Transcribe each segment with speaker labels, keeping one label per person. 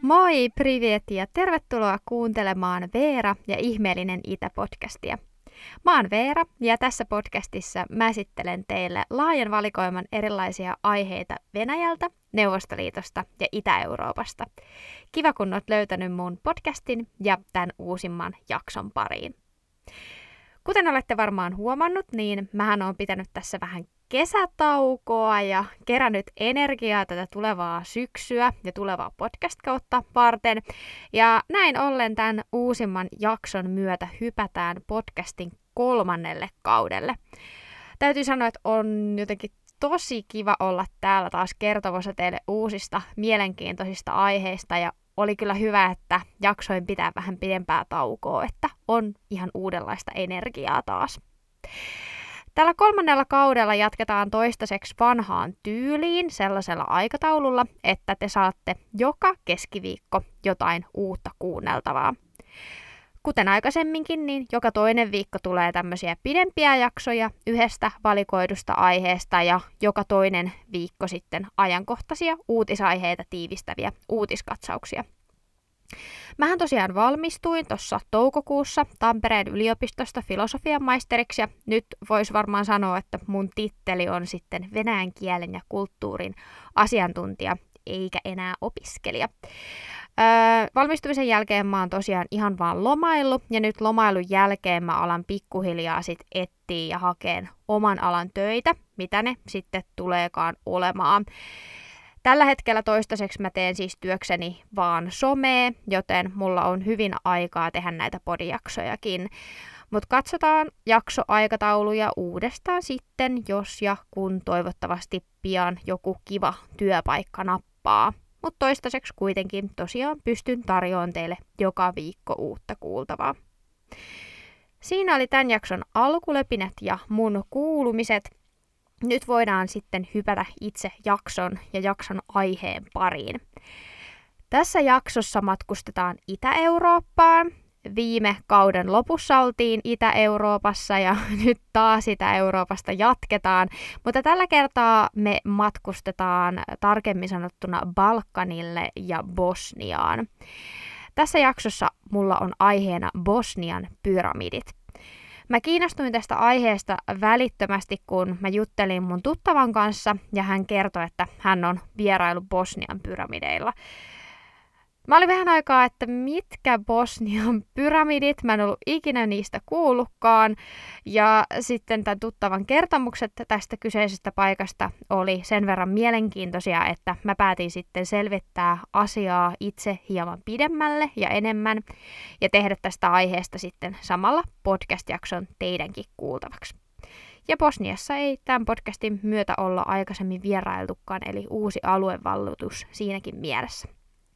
Speaker 1: Moi, privet ja tervetuloa kuuntelemaan Veera ja ihmeellinen Itä-podcastia. Mä oon Veera ja tässä podcastissa mä esittelen teille laajan valikoiman erilaisia aiheita Venäjältä, Neuvostoliitosta ja Itä-Euroopasta. Kiva kun oot löytänyt mun podcastin ja tämän uusimman jakson pariin. Kuten olette varmaan huomannut, niin mähän oon pitänyt tässä vähän kesätaukoa ja kerännyt energiaa tätä tulevaa syksyä ja tulevaa podcast-kautta varten. Ja näin ollen tämän uusimman jakson myötä hypätään podcastin 3. kaudelle. Täytyy sanoa, että on jotenkin tosi kiva olla täällä taas kertomassa teille uusista mielenkiintoisista aiheista ja oli kyllä hyvä, että jaksoin pitää vähän pidempää taukoa, että on ihan uudenlaista energiaa taas. Tällä 3. kaudella jatketaan toistaiseksi vanhaan tyyliin sellaisella aikataululla, että te saatte joka keskiviikko jotain uutta kuunneltavaa. Kuten aikaisemminkin, niin joka toinen viikko tulee tämmöisiä pidempiä jaksoja yhdestä valikoidusta aiheesta ja joka toinen viikko sitten ajankohtaisia uutisaiheita tiivistäviä uutiskatsauksia. Mähän tosiaan valmistuin tuossa toukokuussa Tampereen yliopistosta filosofian maisteriksi ja nyt voisi varmaan sanoa, että mun titteli on sitten venäjän kielen ja kulttuurin asiantuntija eikä enää opiskelija. Valmistumisen jälkeen mä oon tosiaan ihan vaan lomaillut ja nyt lomailun jälkeen mä alan pikkuhiljaa sit etsiä ja hakeen oman alan töitä, mitä ne sitten tuleekaan olemaan. Tällä hetkellä toistaiseksi mä teen siis työkseni vaan somea, joten mulla on hyvin aikaa tehdä näitä podijaksojakin. Mutta katsotaan jaksoaikatauluja uudestaan sitten, jos ja kun toivottavasti pian joku kiva työpaikka nappaa. Mutta toistaiseksi kuitenkin tosiaan pystyn tarjoamaan teille joka viikko uutta kuultavaa. Siinä oli tämän jakson alkulepinät ja mun kuulumiset. Nyt voidaan sitten hypätä itse jakson ja jakson aiheen pariin. Tässä jaksossa matkustetaan Itä-Eurooppaan. Viime kauden lopussa oltiin Itä-Euroopassa ja nyt taas Itä-Euroopasta jatketaan, mutta tällä kertaa me matkustetaan tarkemmin sanottuna Balkanille ja Bosniaan. Tässä jaksossa mulla on aiheena Bosnian pyramidit. Mä kiinnostuin tästä aiheesta välittömästi, kun mä juttelin mun tuttavan kanssa ja hän kertoi, että hän on vierailu Bosnian pyramideilla. Mä olin vähän aikaa, että mitkä Bosnian pyramidit, mä en ollut ikinä niistä kuullutkaan. Ja sitten tämän tuttavan kertomukset tästä kyseisestä paikasta oli sen verran mielenkiintoisia, että mä päätin sitten selvittää asiaa itse hieman pidemmälle ja enemmän ja tehdä tästä aiheesta sitten samalla podcast-jakson teidänkin kuultavaksi. Ja Bosniassa ei tämän podcastin myötä olla aikaisemmin vierailtukaan, eli uusi aluevallutus siinäkin mielessä.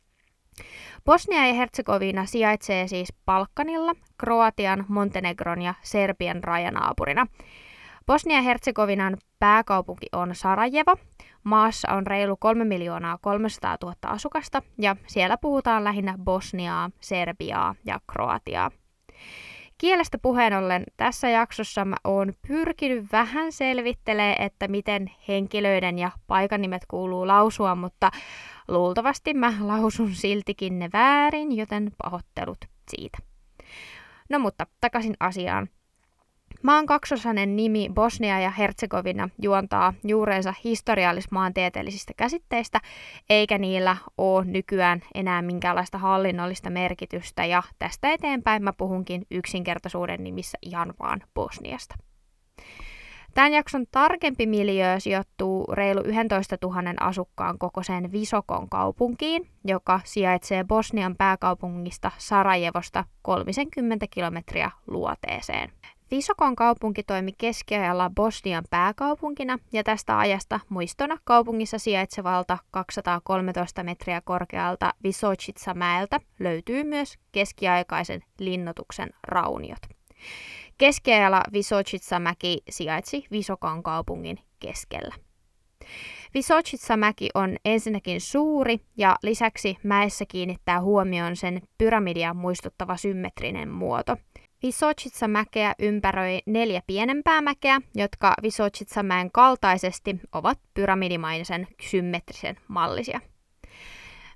Speaker 1: Bosnia ja Hertsegovina sijaitsee siis Balkanilla, Kroatian, Montenegron ja Serbian rajanaapurina. Bosnia ja Hertsegovinan pääkaupunki on Sarajevo. Maassa on reilu 3 300 000 asukasta ja siellä puhutaan lähinnä bosniaa, serbiaa ja kroatiaa. Kielestä puheen ollen tässä jaksossa mä oon pyrkinyt vähän selvittelemään, että miten henkilöiden ja paikannimet kuuluu lausua, mutta luultavasti mä lausun siltikin ne väärin, joten pahoittelut siitä. No mutta takaisin asiaan. Maan kaksosainen nimi Bosnia ja Hertsegovina juontaa juurensa historiallis-maantieteellisistä käsitteistä, eikä niillä ole nykyään enää minkäänlaista hallinnollista merkitystä, ja tästä eteenpäin mä puhunkin yksinkertaisuuden nimissä ihan vaan Bosniasta. Tämän jakson tarkempi miljöö sijoittuu reilu 11 000 asukkaan kokoiseen Visokon kaupunkiin, joka sijaitsee Bosnian pääkaupungista Sarajevosta 30 kilometriä luoteeseen. Visokon kaupunki toimi keskiajalla Bosnian pääkaupunkina ja tästä ajasta muistona kaupungissa sijaitsevalta 213 metriä korkealta Visočica-mäeltä löytyy myös keskiaikaisen linnoituksen rauniot. Keskiajalla Visočica-mäki sijaitsi Visokon kaupungin keskellä. Visočica-mäki on ensinnäkin suuri ja lisäksi mäessä kiinnittää huomioon sen pyramidia muistuttava symmetrinen muoto. Visočica-mäkeä ympäröi 4 pienempää mäkeä, jotka Visočica-mäen kaltaisesti ovat pyramidimaisen symmetrisen mallisia.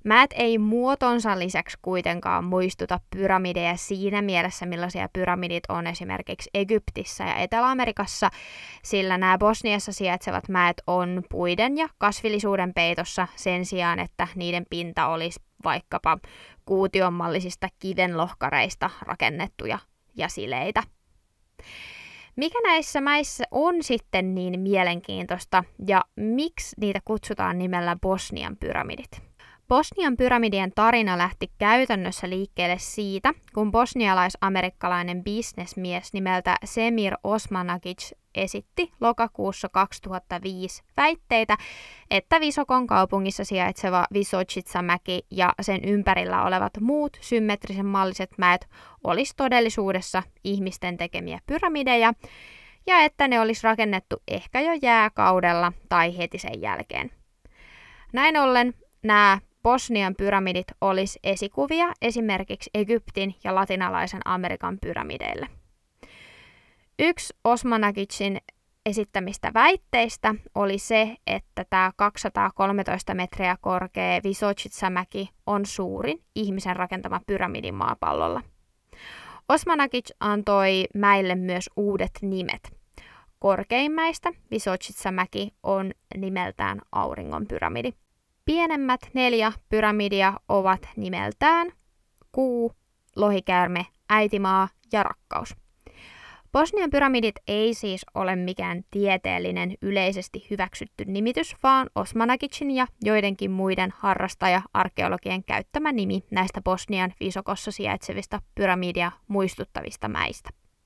Speaker 1: Mäet ei muotonsa lisäksi kuitenkaan muistuta pyramideja siinä mielessä, millaisia pyramidit on esimerkiksi Egyptissä ja Etelä-Amerikassa, sillä nämä Bosniassa sijaitsevat mäet on puiden ja kasvillisuuden peitossa sen sijaan, että niiden pinta olisi vaikkapa kuutionmallisista kivenlohkareista rakennettuja ja sileitä. Mikä näissä mäissä on sitten niin mielenkiintoista ja miksi niitä kutsutaan nimellä Bosnian pyramidit? Bosnian pyramidien tarina lähti käytännössä liikkeelle siitä, kun bosnialais-amerikkalainen bisnesmies nimeltä Semir Osmanagic esitti lokakuussa 2005 väitteitä, että Visokon kaupungissa sijaitseva Visočica-mäki ja sen ympärillä olevat muut symmetrisen malliset mäet olisi todellisuudessa ihmisten tekemiä pyramideja ja että ne olisi rakennettu ehkä jo jääkaudella tai heti sen jälkeen. Näin ollen nämä Bosnian pyramidit olisi esikuvia esimerkiksi Egyptin ja latinalaisen Amerikan pyramideille. Yksi Osmanagicin esittämistä väitteistä oli se, että tämä 213 metriä korkea Visočica-mäki on suurin ihmisen rakentama pyramidi maapallolla. Osmanagic antoi mäille myös uudet nimet. Korkein mäistä Visočica-mäki on nimeltään Auringon pyramidi. Pienemmät 4 pyramidia ovat nimeltään Kuu, Lohikäärme, Äitimaa ja Rakkaus. Bosnian pyramidit ei siis ole mikään tieteellinen yleisesti hyväksytty nimitys, vaan Osmanagicin ja joidenkin muiden harrastaja-arkeologien käyttämä nimi näistä Bosnian Visokossa sijaitsevista pyramidia muistuttavista mäistä.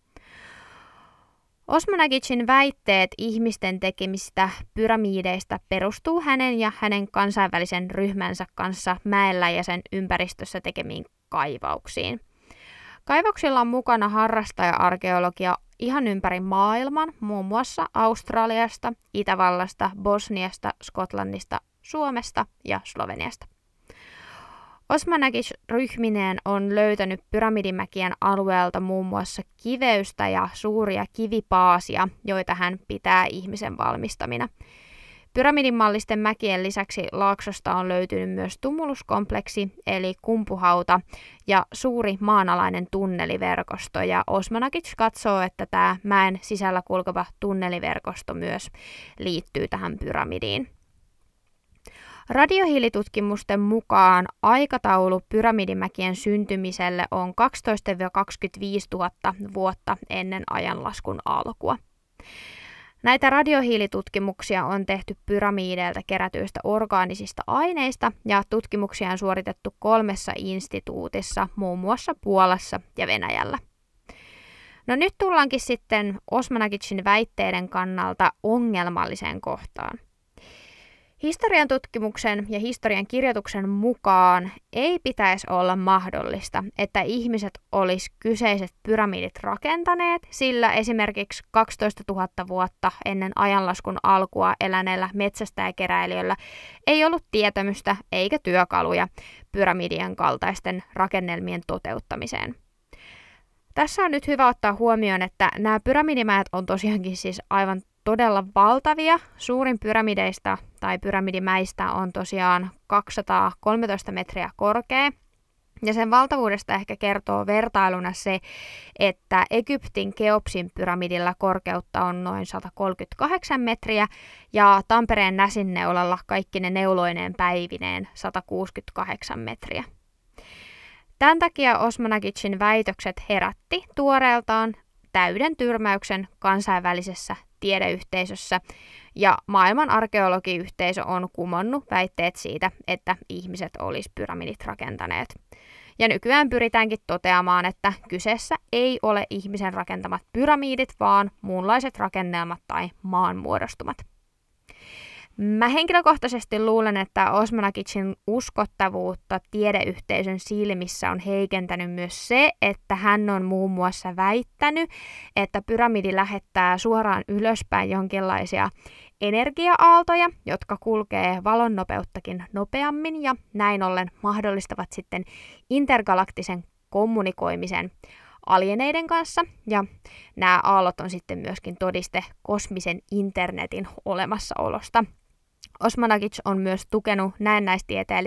Speaker 1: Osmanagicin väitteet ihmisten tekemistä pyramideista perustuu hänen ja hänen kansainvälisen ryhmänsä kanssa mäellä ja sen ympäristössä tekemiin kaivauksiin. Kaivauksilla on mukana harrastaja-arkeologia ihan ympäri maailman, muun muassa Australiasta, Itävallasta, Bosniasta, Skotlannista, Suomesta ja Sloveniasta. Osmanagic ryhmineen on löytänyt pyramidimäkien alueelta muun muassa kiveystä ja suuria kivipaasia, joita hän pitää ihmisen valmistamina. Pyramidinmallisten mäkien lisäksi laaksosta on löytynyt myös tumuluskompleksi, eli kumpuhauta, ja suuri maanalainen tunneliverkosto, ja Osmanagic katsoo, että tämä mäen sisällä kulkeva tunneliverkosto myös liittyy tähän pyramidiin. Radiohiilitutkimusten mukaan aikataulu pyramidimäkien syntymiselle on 12–25 000 vuotta ennen ajanlaskun alkua. Näitä radiohiilitutkimuksia on tehty pyramideilta kerätyistä orgaanisista aineista ja tutkimuksia on suoritettu 3 instituutissa, muun muassa Puolassa ja Venäjällä. No nyt tullaankin sitten Osmanagicin väitteiden kannalta ongelmalliseen kohtaan. Historian tutkimuksen ja historian kirjoituksen mukaan ei pitäisi olla mahdollista, että ihmiset olisi kyseiset pyramidit rakentaneet, sillä esimerkiksi 12 000 vuotta ennen ajanlaskun alkua eläneellä metsästäjäkeräilijöllä ei ollut tietämystä eikä työkaluja pyramidien kaltaisten rakennelmien toteuttamiseen. Tässä on nyt hyvä ottaa huomioon, että nämä pyramidimäet on tosiaankin siis aivan todella valtavia. Suurin pyramideista tai pyramidimäistä on tosiaan 213 metriä korkea. Ja sen valtavuudesta ehkä kertoo vertailuna se, että Egyptin Keopsin pyramidilla korkeutta on noin 138 metriä ja Tampereen Näsinneulalla kaikkine neuloineen päivineen 168 metriä. Tämän takia Osmanagicin väitökset herätti tuoreeltaan täyden tyrmäyksen kansainvälisessä tiedeyhteisössä, ja maailman arkeologiyhteisö on kumonnut väitteet siitä, että ihmiset olisi pyramidit rakentaneet. Ja nykyään pyritäänkin toteamaan, että kyseessä ei ole ihmisen rakentamat pyramidit, vaan muunlaiset rakennelmat tai maanmuodostumat. Mä henkilökohtaisesti luulen, että Osmanagicin uskottavuutta tiedeyhteisön silmissä on heikentänyt myös se, että hän on muun muassa väittänyt, että pyramidi lähettää suoraan ylöspäin jonkinlaisia energia-aaltoja, jotka kulkee valon nopeuttakin nopeammin ja näin ollen mahdollistavat sitten intergalaktisen kommunikoimisen alieneiden kanssa, ja nämä aallot on sitten myöskin todiste kosmisen internetin olemassaolosta. Osmanagic on myös tukenut näennäistieteellisenä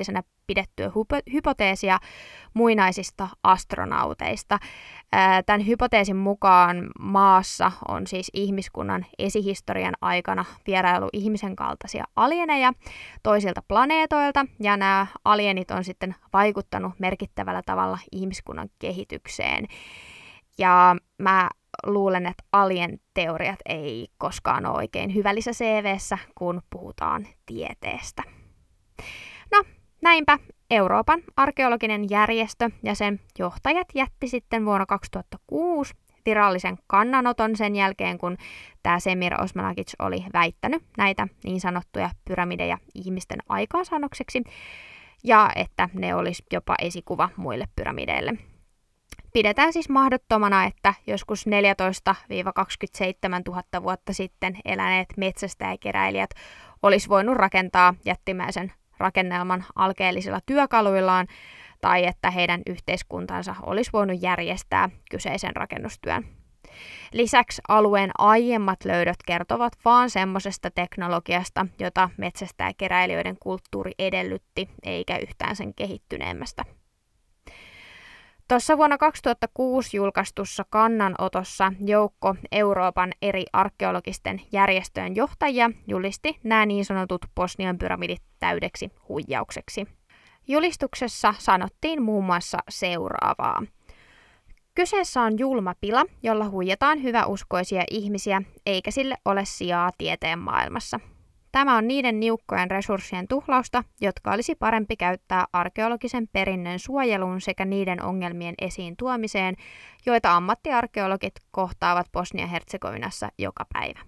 Speaker 1: pidettyä hypoteesia muinaisista astronauteista. Tämän hypoteesin mukaan maassa on siis ihmiskunnan esihistorian aikana vierailu ihmisen kaltaisia alieneja toisilta planeetoilta, ja nämä alienit on sitten vaikuttanut merkittävällä tavalla ihmiskunnan kehitykseen. Ja mä luulen, että alien-teoriat ei koskaan ole oikein hyvällisessä CV:ssä, kun puhutaan tieteestä. No, näinpä Euroopan arkeologinen järjestö ja sen johtajat jätti sitten vuonna 2006 virallisen kannanoton sen jälkeen, kun tämä Semir Osmanagic oli väittänyt näitä niin sanottuja pyramideja ihmisten aikaansaannokseksi, ja että ne olisi jopa esikuva muille pyramideille. Pidetään siis mahdottomana, että joskus 14-27 000 vuotta sitten eläneet metsästäjäkeräilijät olisi voinut rakentaa jättimäisen rakennelman alkeellisilla työkaluillaan, tai että heidän yhteiskuntansa olisi voinut järjestää kyseisen rakennustyön. Lisäksi alueen aiemmat löydöt kertovat vaan semmoisesta teknologiasta, jota metsästäjäkeräilijöiden kulttuuri edellytti, eikä yhtään sen kehittyneemmästä. Tuossa vuonna 2006 julkaistussa kannanotossa joukko Euroopan eri arkeologisten järjestöjen johtajia julisti nämä niin sanotut Bosnian pyramidit täydeksi huijaukseksi. Julistuksessa sanottiin muun muassa seuraavaa. Kyseessä on julma pila, jolla huijataan hyväuskoisia ihmisiä, eikä sille ole sijaa tieteen maailmassa. Tämä on niiden niukkojen resurssien tuhlausta, jotka olisi parempi käyttää arkeologisen perinnön suojeluun sekä niiden ongelmien esiin tuomiseen, joita ammattiarkeologit kohtaavat Bosnia-Herzegovinassa joka päivä.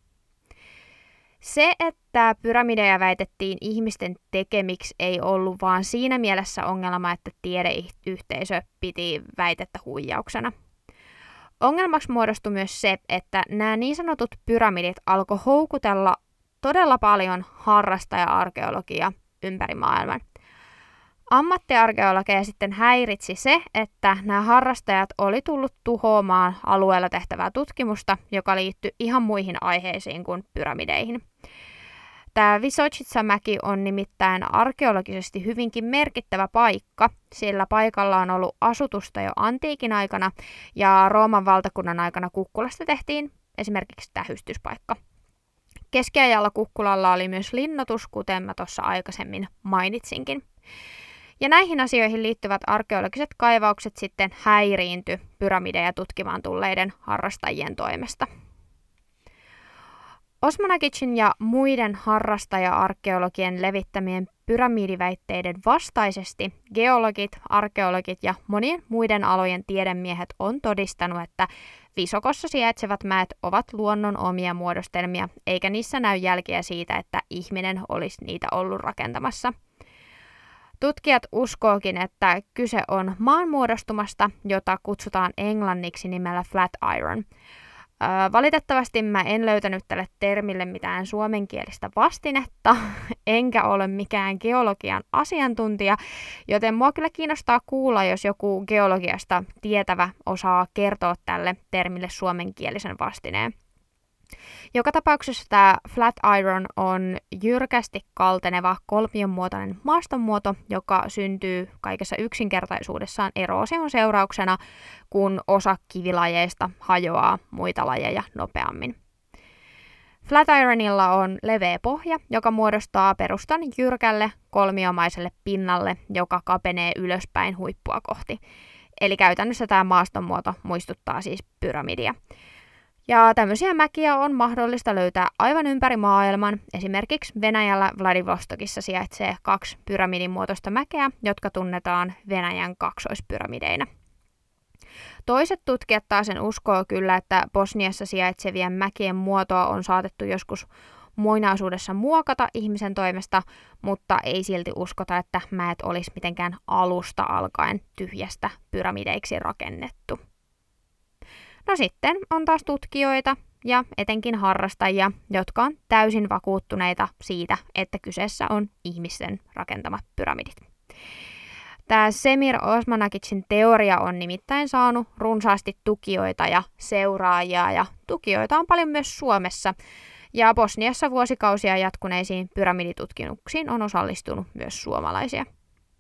Speaker 1: Se, että pyramideja väitettiin ihmisten tekemiksi, ei ollut vaan siinä mielessä ongelma, että tiedeyhteisö piti väitettä huijauksena. Ongelmaksi muodostui myös se, että nämä niin sanotut pyramidit alkoi houkutella todella paljon harrastaja-arkeologia ympäri maailman. Ammattiarkeologeja sitten häiritsi se, että nämä harrastajat oli tullut tuhoamaan alueella tehtävää tutkimusta, joka liittyi ihan muihin aiheisiin kuin pyramideihin. Tämä Visočica-mäki on nimittäin arkeologisesti hyvinkin merkittävä paikka, sillä paikalla on ollut asutusta jo antiikin aikana ja Rooman valtakunnan aikana kukkulasta tehtiin esimerkiksi tähystyspaikka. Keskiajalla kukkulalla oli myös linnoitus, kuten mä tuossa aikaisemmin mainitsinkin. Ja näihin asioihin liittyvät arkeologiset kaivaukset sitten häiriintyi pyramideja tutkimaan tulleiden harrastajien toimesta. Osmanagicin ja muiden harrastaja-arkeologien levittämien pyramidiväitteiden vastaisesti geologit, arkeologit ja monien muiden alojen tiedemiehet on todistanut, että Visokossa sijaitsevat mäet ovat luonnon omia muodostelmia, eikä niissä näy jälkiä siitä, että ihminen olisi niitä ollut rakentamassa. Tutkijat uskookin, että kyse on maanmuodostumasta, jota kutsutaan englanniksi nimellä Flatiron. Valitettavasti mä en löytänyt tälle termille mitään suomenkielistä vastinetta, enkä ole mikään geologian asiantuntija, joten mua kyllä kiinnostaa kuulla, jos joku geologiasta tietävä osaa kertoa tälle termille suomenkielisen vastineen. Joka tapauksessa tämä Flatiron on jyrkästi kalteneva kolmionmuotoinen maastonmuoto, joka syntyy kaikessa yksinkertaisuudessaan eroosion seurauksena, kun osa kivilajeista hajoaa muita lajeja nopeammin. Flatironilla on leveä pohja, joka muodostaa perustan jyrkälle kolmiomaiselle pinnalle, joka kapenee ylöspäin huippua kohti. Eli käytännössä tämä maastonmuoto muistuttaa siis pyramidia. Ja tämmöisiä mäkiä on mahdollista löytää aivan ympäri maailman. Esimerkiksi Venäjällä Vladivostokissa sijaitsee 2 pyramidin muotoista mäkeä, jotka tunnetaan Venäjän kaksoispyramideina. Toiset tutkijat taas sen uskoo kyllä, että Bosniassa sijaitsevien mäkien muotoa on saatettu joskus muinaisuudessa muokata ihmisen toimesta, mutta ei silti uskota, että mäet olisi mitenkään alusta alkaen tyhjästä pyramideiksi rakennettu. No sitten on taas tutkijoita ja etenkin harrastajia, jotka on täysin vakuuttuneita siitä, että kyseessä on ihmisten rakentamat pyramidit. Tämä Semir Osmanagicin teoria on nimittäin saanut runsaasti tukijoita ja seuraajia, ja tukijoita on paljon myös Suomessa. Ja Bosniassa vuosikausia jatkuneisiin pyramiditutkimuksiin on osallistunut myös suomalaisia.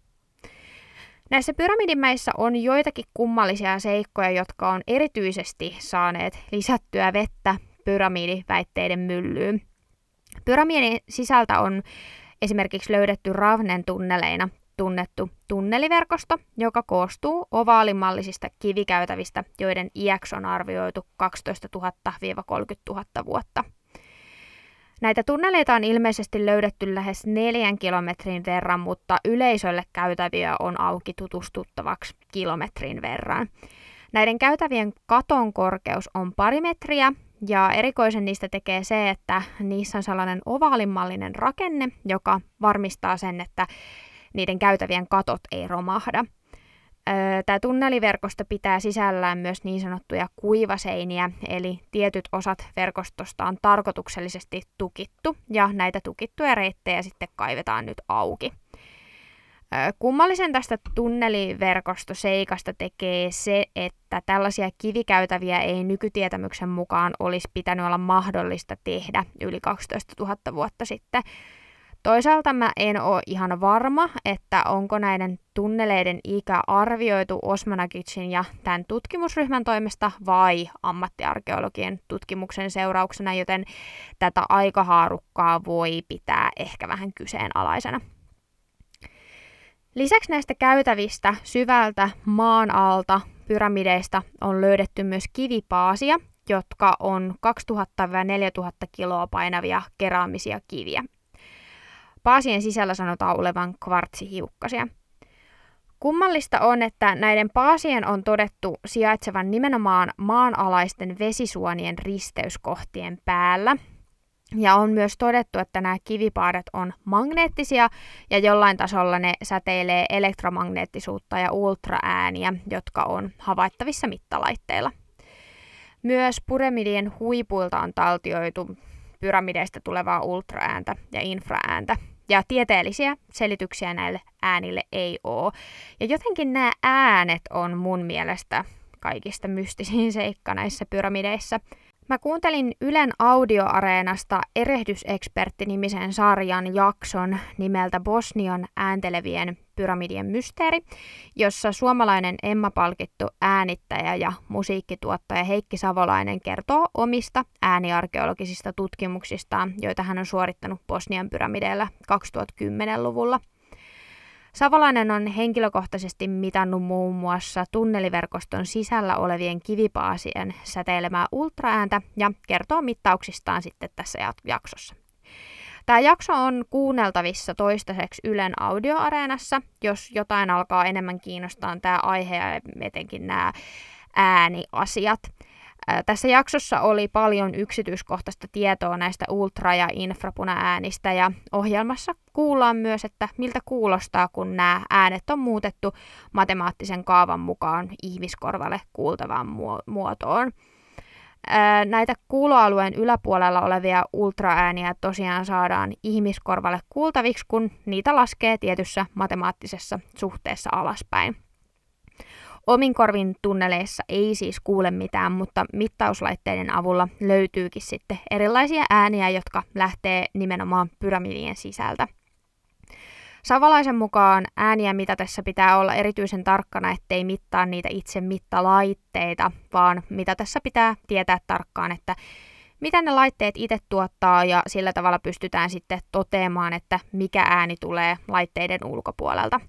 Speaker 1: Näissä pyramidimäissä on joitakin kummallisia seikkoja, jotka on erityisesti saaneet lisättyä vettä pyramidiväitteiden myllyyn. Pyramidin sisältä on esimerkiksi löydetty Ravnen tunneleina tunnettu tunneliverkosto, joka koostuu ovaalimallisista kivikäytävistä, joiden iäksi on arvioitu 12 000–30 000 vuotta. Näitä tunneleita on ilmeisesti löydetty lähes 4 kilometrin verran, mutta yleisölle käytäviä on auki tutustuttavaksi kilometrin verran. Näiden käytävien katon korkeus on pari metriä, ja erikoisen niistä tekee se, että niissä on sellainen ovaalimallinen rakenne, joka varmistaa sen, että niiden käytävien katot ei romahda. Tämä tunneliverkosto pitää sisällään myös niin sanottuja kuivaseiniä, eli tietyt osat verkostosta on tarkoituksellisesti tukittu, ja näitä tukittuja reittejä sitten kaivetaan nyt auki. Kummallisen tästä tunneliverkostoseikasta tekee se, että tällaisia kivikäytäviä ei nykytietämyksen mukaan olisi pitänyt olla mahdollista tehdä yli 12 000 vuotta sitten. Toisaalta mä en ole ihan varma, että onko näiden tunneleiden ikä arvioitu Osmanagicin ja tämän tutkimusryhmän toimesta vai ammattiarkeologien tutkimuksen seurauksena, joten tätä aikahaarukkaa voi pitää ehkä vähän kyseenalaisena. Lisäksi näistä käytävistä syvältä maan alta pyramideista on löydetty myös kivipaasia, jotka on 2000–4000 kiloa painavia keraamisia kiviä. Paasien sisällä sanotaan olevan kvartsihiukkasia. Kummallista on, että näiden paasien on todettu sijaitsevan nimenomaan maanalaisten vesisuonien risteyskohtien päällä. Ja on myös todettu, että nämä kivipaadet on magneettisia ja jollain tasolla ne säteilee elektromagneettisuutta ja ultraääniä, jotka on havaittavissa mittalaitteilla. Myös pyramidien huipuilta on taltioitu pyramideista tulevaa ultraääntä ja infraääntä, ja tieteellisiä selityksiä näille äänille ei ole. Ja jotenkin nämä äänet on mun mielestä kaikista mystisin seikka näissä pyramideissa. Mä kuuntelin Ylen Audioareenasta Erehdysekspertti-nimisen sarjan jakson nimeltä Bosnian ääntelevien pyramidien mysteeri, jossa suomalainen Emma-palkittu äänittäjä ja musiikkituottaja Heikki Savolainen kertoo omista ääniarkeologisista tutkimuksistaan, joita hän on suorittanut Bosnian pyramideilla 2010-luvulla. Savolainen on henkilökohtaisesti mitannut muun muassa tunneliverkoston sisällä olevien kivipaasien säteilemää ultraääntä ja kertoo mittauksistaan sitten tässä jaksossa. Tämä jakso on kuunneltavissa toistaiseksi Ylen Audioareenassa, jos jotain alkaa enemmän kiinnostaa tämä aihe ja etenkin nämä ääniasiat. Tässä jaksossa oli paljon yksityiskohtaista tietoa näistä ultra- ja infrapunaäänistä ja ohjelmassa kuullaan myös, että miltä kuulostaa, kun nämä äänet on muutettu matemaattisen kaavan mukaan ihmiskorvalle kuultavaan muotoon. Näitä kuuloalueen yläpuolella olevia ultraääniä tosiaan saadaan ihmiskorvalle kuultaviksi, kun niitä laskee tietyssä matemaattisessa suhteessa alaspäin. Omin korvin tunneleissa ei siis kuule mitään, mutta mittauslaitteiden avulla löytyykin sitten erilaisia ääniä, jotka lähtee nimenomaan pyramidien sisältä. Savolaisen mukaan ääniä mitatessa pitää olla erityisen tarkkana, ettei mittaa niitä itse mittalaitteita, vaan mitatessa pitää tietää tarkkaan, että mitä ne laitteet itse tuottaa ja sillä tavalla pystytään sitten toteamaan, että mikä ääni tulee laitteiden ulkopuolelta.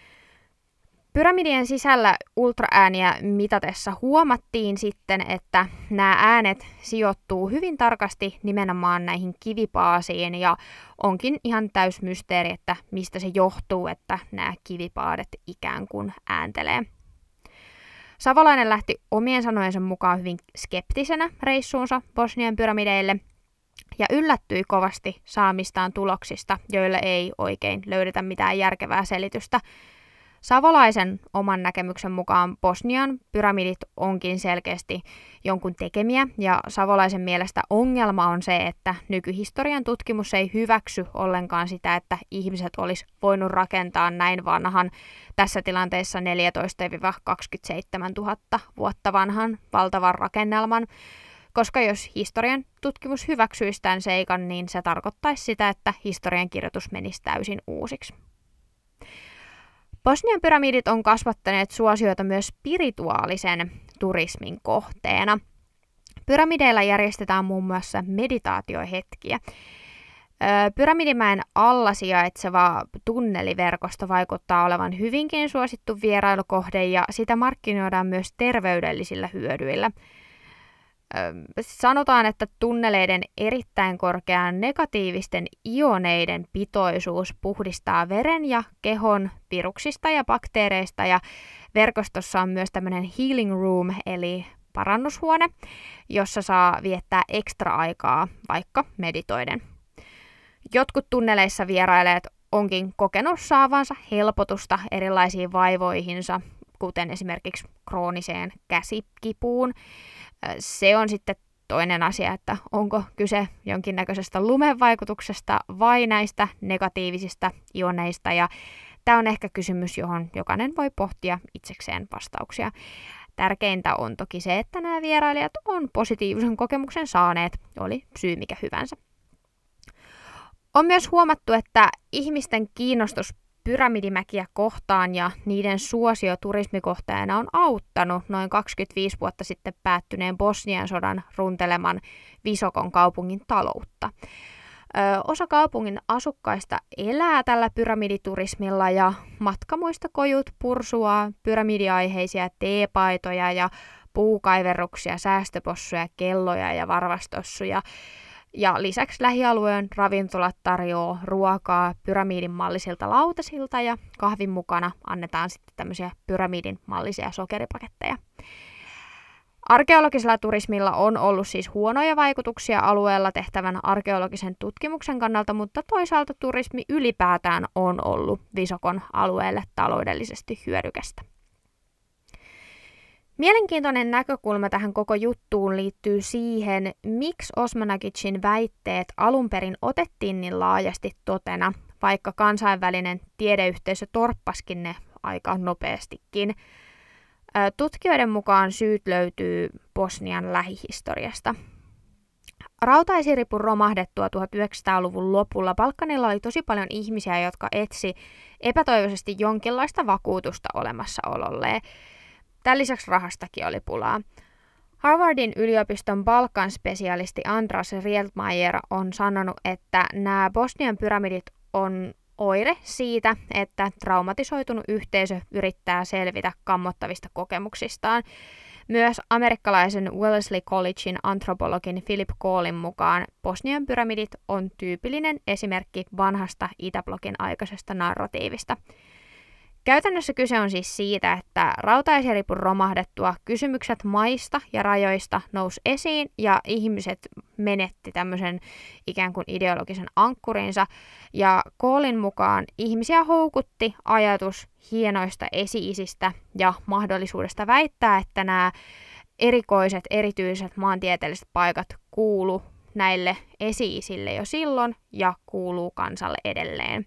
Speaker 1: Pyramidien sisällä ultraääniä mitatessa huomattiin sitten, että nämä äänet sijoittuu hyvin tarkasti nimenomaan näihin kivipaasiin ja onkin ihan täys mysteeri, että mistä se johtuu, että nämä kivipaadet ikään kuin ääntelee. Savolainen lähti omien sanojensa mukaan hyvin skeptisenä reissuunsa Bosnian pyramideille ja yllättyi kovasti saamistaan tuloksista, joille ei oikein löydetä mitään järkevää selitystä. Savolaisen oman näkemyksen mukaan Bosnian pyramidit onkin selkeästi jonkun tekemiä, ja Savolaisen mielestä ongelma on se, että nykyhistorian tutkimus ei hyväksy ollenkaan sitä, että ihmiset olisi voinut rakentaa näin vanhan, tässä tilanteessa 14–27 000 vuotta vanhan valtavan rakennelman, koska jos historian tutkimus hyväksyisi tämän seikan, niin se tarkoittaisi sitä, että historian kirjoitus menisi täysin uusiksi. Bosnian pyramidit on kasvattaneet suosiota myös spirituaalisen turismin kohteena. Pyramideilla järjestetään muun muassa meditaatiohetkiä. Pyramidimäen alla sijaitseva tunneliverkosto vaikuttaa olevan hyvinkin suosittu vierailukohde ja sitä markkinoidaan myös terveydellisillä hyödyillä. Sanotaan, että tunneleiden erittäin korkean negatiivisten ioneiden pitoisuus puhdistaa veren ja kehon viruksista ja bakteereista ja verkostossa on myös tämmöinen healing room eli parannushuone, jossa saa viettää ekstra aikaa vaikka meditoiden. Jotkut tunneleissa vierailijat onkin kokenut saavansa helpotusta erilaisiin vaivoihinsa, kuten esimerkiksi krooniseen käsikipuun. Se on sitten toinen asia, että onko kyse jonkinnäköisestä lumevaikutuksesta vai näistä negatiivisista ioneista. Ja tämä on ehkä kysymys, johon jokainen voi pohtia itsekseen vastauksia. Tärkeintä on toki se, että nämä vierailijat on positiivisen kokemuksen saaneet, oli syy mikä hyvänsä. On myös huomattu, että ihmisten kiinnostus pyramidimäkiä kohtaan ja niiden suosio turismikohteena on auttanut noin 25 vuotta sitten päättyneen Bosnian sodan runteleman Visokon kaupungin taloutta. Osa kaupungin asukkaista elää tällä pyramiditurismilla ja matkamuistokojut pursuaa pyramidiaiheisia teepaitoja ja puukaiverruksia, säästöpossuja, kelloja ja varvastossuja. Ja lisäksi lähialueen ravintolat tarjoaa ruokaa pyramidin mallisilta lautasilta ja kahvin mukana annetaan sitten tämmöisiä pyramidin mallisia sokeripaketteja. Arkeologisella turismilla on ollut siis huonoja vaikutuksia alueella tehtävän arkeologisen tutkimuksen kannalta, mutta toisaalta turismi ylipäätään on ollut Visokon alueelle taloudellisesti hyödykästä. Mielenkiintoinen näkökulma tähän koko juttuun liittyy siihen, miksi Osmanagicin väitteet alun perin otettiin niin laajasti totena, vaikka kansainvälinen tiedeyhteisö torppaskin ne aika nopeastikin. Tutkijoiden mukaan syyt löytyy Bosnian lähihistoriasta. Rautaesiripun romahdettua 1900-luvun lopulla Balkanilla oli tosi paljon ihmisiä, jotka etsi epätoivoisesti jonkinlaista vakuutusta olemassaololleen. Tämän lisäksi rahastakin oli pulaa. Harvardin yliopiston Balkan-spesialisti Andras Rieltmeier on sanonut, että nämä Bosnian pyramidit on oire siitä, että traumatisoitunut yhteisö yrittää selvitä kammottavista kokemuksistaan. Myös amerikkalaisen Wellesley Collegein antropologin Philip Callin mukaan Bosnian pyramidit on tyypillinen esimerkki vanhasta Itäblokin aikaisesta narratiivista. Käytännössä kyse on siis siitä, että rautaesiripun romahdettua kysymykset maista ja rajoista nousi esiin ja ihmiset menetti tämmöisen ikään kuin ideologisen ankkurinsa. Ja Callin mukaan ihmisiä houkutti ajatus hienoista esi-isistä ja mahdollisuudesta väittää, että nämä erikoiset, erityiset maantieteelliset paikat kuulu näille esi-isille jo silloin ja kuuluu kansalle edelleen.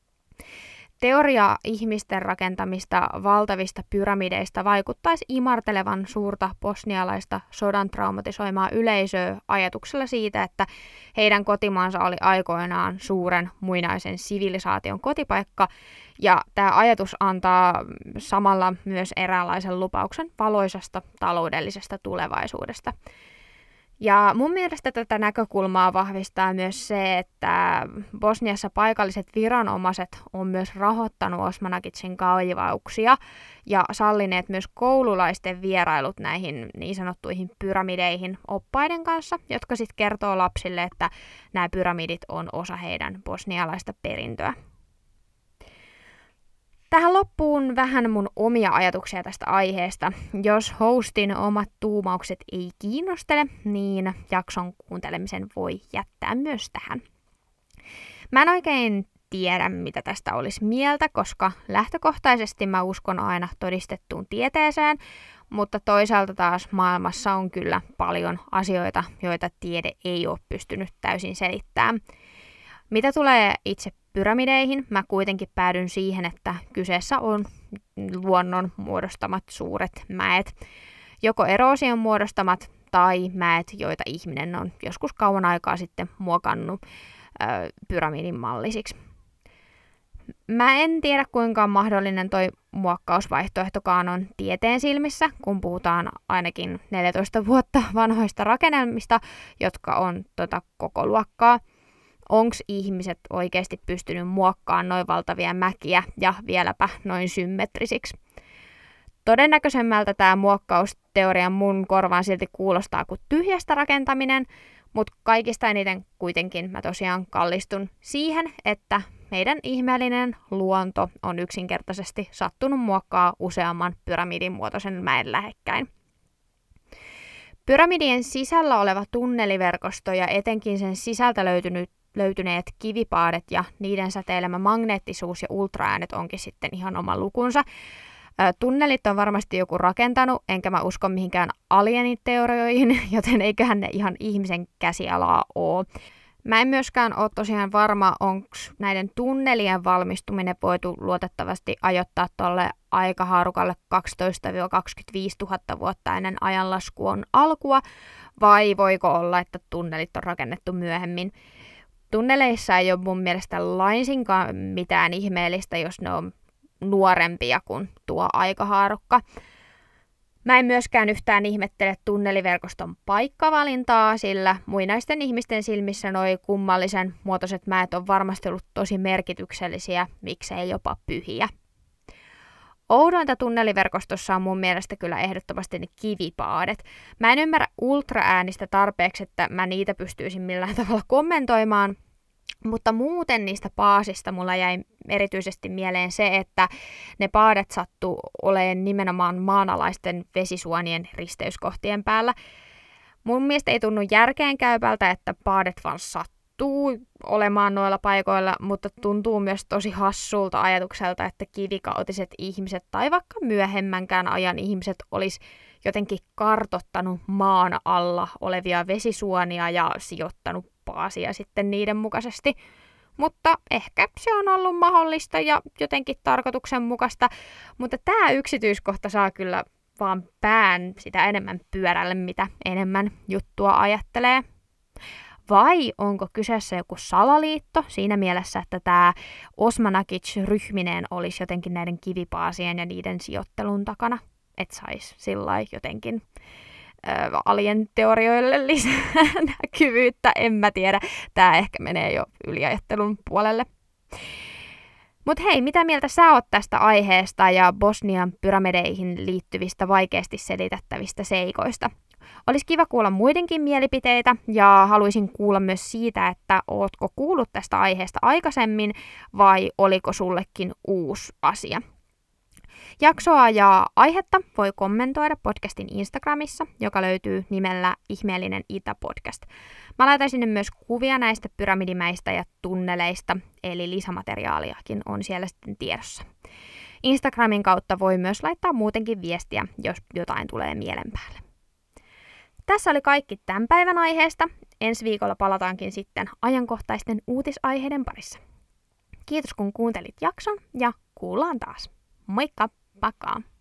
Speaker 1: Teoria ihmisten rakentamista valtavista pyramideista vaikuttaisi imartelevan suurta bosnialaista sodan traumatisoimaa yleisöä ajatuksella siitä, että heidän kotimaansa oli aikoinaan suuren muinaisen sivilisaation kotipaikka, ja tämä ajatus antaa samalla myös eräänlaisen lupauksen valoisasta taloudellisesta tulevaisuudesta. Ja mun mielestä tätä näkökulmaa vahvistaa myös se, että Bosniassa paikalliset viranomaiset on myös rahoittanut Osmanagicin kaivauksia ja sallineet myös koululaisten vierailut näihin niin sanottuihin pyramideihin oppaiden kanssa, jotka sitten kertoo lapsille, että nämä pyramidit on osa heidän bosnialaista perintöä. Tähän loppuun vähän mun omia ajatuksia tästä aiheesta. Jos hostin omat tuumaukset ei kiinnostele, niin jakson kuuntelemisen voi jättää myös tähän. Mä en oikein tiedä, mitä tästä olisi mieltä, koska lähtökohtaisesti mä uskon aina todistettuun tieteeseen, mutta toisaalta taas maailmassa on kyllä paljon asioita, joita tiede ei ole pystynyt täysin selittämään. Mitä tulee itse pyramideihin, mä kuitenkin päädyn siihen, että kyseessä on luonnon muodostamat suuret mäet, joko eroosion muodostamat tai mäet, joita ihminen on joskus kauan aikaa sitten muokannut pyramidin mallisiksi. Mä en tiedä, kuinka mahdollinen toi muokkausvaihtoehtokaan on tieteen silmissä, kun puhutaan ainakin 14 vuotta vanhoista rakennelmista, jotka on koko luokkaa. Onko ihmiset oikeasti pystynyt muokkaamaan noin valtavia mäkiä ja vieläpä noin symmetrisiksi? Todennäköisemmältä tämä muokkausteoria mun korvaan silti kuulostaa kuin tyhjästä rakentaminen, mutta kaikista eniten kuitenkin mä tosiaan kallistun siihen, että meidän ihmeellinen luonto on yksinkertaisesti sattunut muokkaa useamman pyramidin muotoisen mäen lähekkäin. Pyramidien sisällä oleva tunneliverkosto ja etenkin sen sisältä löytyneet kivipaadet ja niiden säteilemä magneettisuus ja ultraäänet onkin sitten ihan oma lukunsa. Tunnelit on varmasti joku rakentanut, enkä mä usko mihinkään alieniteorioihin, joten eiköhän ne ihan ihmisen käsialaa ole. Mä en myöskään ole tosiaan varma, onko näiden tunnelien valmistuminen voitu luotettavasti ajoittaa tuolle aikahaarukalle 12 000–25 000 vuotta ennen ajanlaskuun alkua, vai voiko olla, että tunnelit on rakennettu myöhemmin. Tunneleissa ei ole mun mielestä laisinkaan mitään ihmeellistä, jos ne on nuorempia kuin tuo aikahaarukka. Mä en myöskään yhtään ihmettele tunneliverkoston paikkavalintaa, sillä muinaisten ihmisten silmissä noi kummallisen muotoiset mäet on varmasti ollut tosi merkityksellisiä, miksei jopa pyhiä. Oudointa tunneliverkostossa on mun mielestä kyllä ehdottomasti ne kivipaadet. Mä en ymmärrä ultraäänistä tarpeeksi, että mä niitä pystyisin millään tavalla kommentoimaan, mutta muuten niistä paasista mulla jäi erityisesti mieleen se, että ne paadet sattuu olemaan nimenomaan maanalaisten vesisuonien risteyskohtien päällä. Mun mielestä ei tunnu järkeenkäypältä, että paadet vaan sattuu olemaan noilla paikoilla, mutta tuntuu myös tosi hassulta ajatukselta, että kivikaotiset ihmiset tai vaikka myöhemmänkään ajan ihmiset olisi jotenkin kartottanut maan alla olevia vesisuonia ja sijoittanut paasia sitten niiden mukaisesti. Mutta ehkä se on ollut mahdollista ja jotenkin tarkoituksenmukaista, mutta tämä yksityiskohta saa kyllä vaan pään sitä enemmän pyörälle, mitä enemmän juttua ajattelee. Vai onko kyseessä joku salaliitto siinä mielessä, että tämä Osmanagic-ryhminen olisi jotenkin näiden kivipaasien ja niiden sijoittelun takana, että saisi sillai jotenkin alien-teorioille lisää näkyvyyttä, en mä tiedä. Tää ehkä menee jo yliajattelun puolelle. Mut hei, mitä mieltä sä oot tästä aiheesta ja Bosnian pyramideihin liittyvistä vaikeasti selitettävistä seikoista? Olisi kiva kuulla muidenkin mielipiteitä ja haluaisin kuulla myös siitä, että ootko kuullut tästä aiheesta aikaisemmin vai oliko sullekin uusi asia. Jaksoa ja aihetta voi kommentoida podcastin Instagramissa, joka löytyy nimellä Ihmeellinen Itä-podcast. Mä laitan sinne myös kuvia näistä pyramidimäistä ja tunneleista, eli lisämateriaaliakin on siellä sitten tiedossa. Instagramin kautta voi myös laittaa muutenkin viestiä, jos jotain tulee mielen päälle. Tässä oli kaikki tämän päivän aiheesta. Ensi viikolla palataankin sitten ajankohtaisten uutisaiheiden parissa. Kiitos kun kuuntelit jakson ja kuullaan taas. Moikka, pakaa!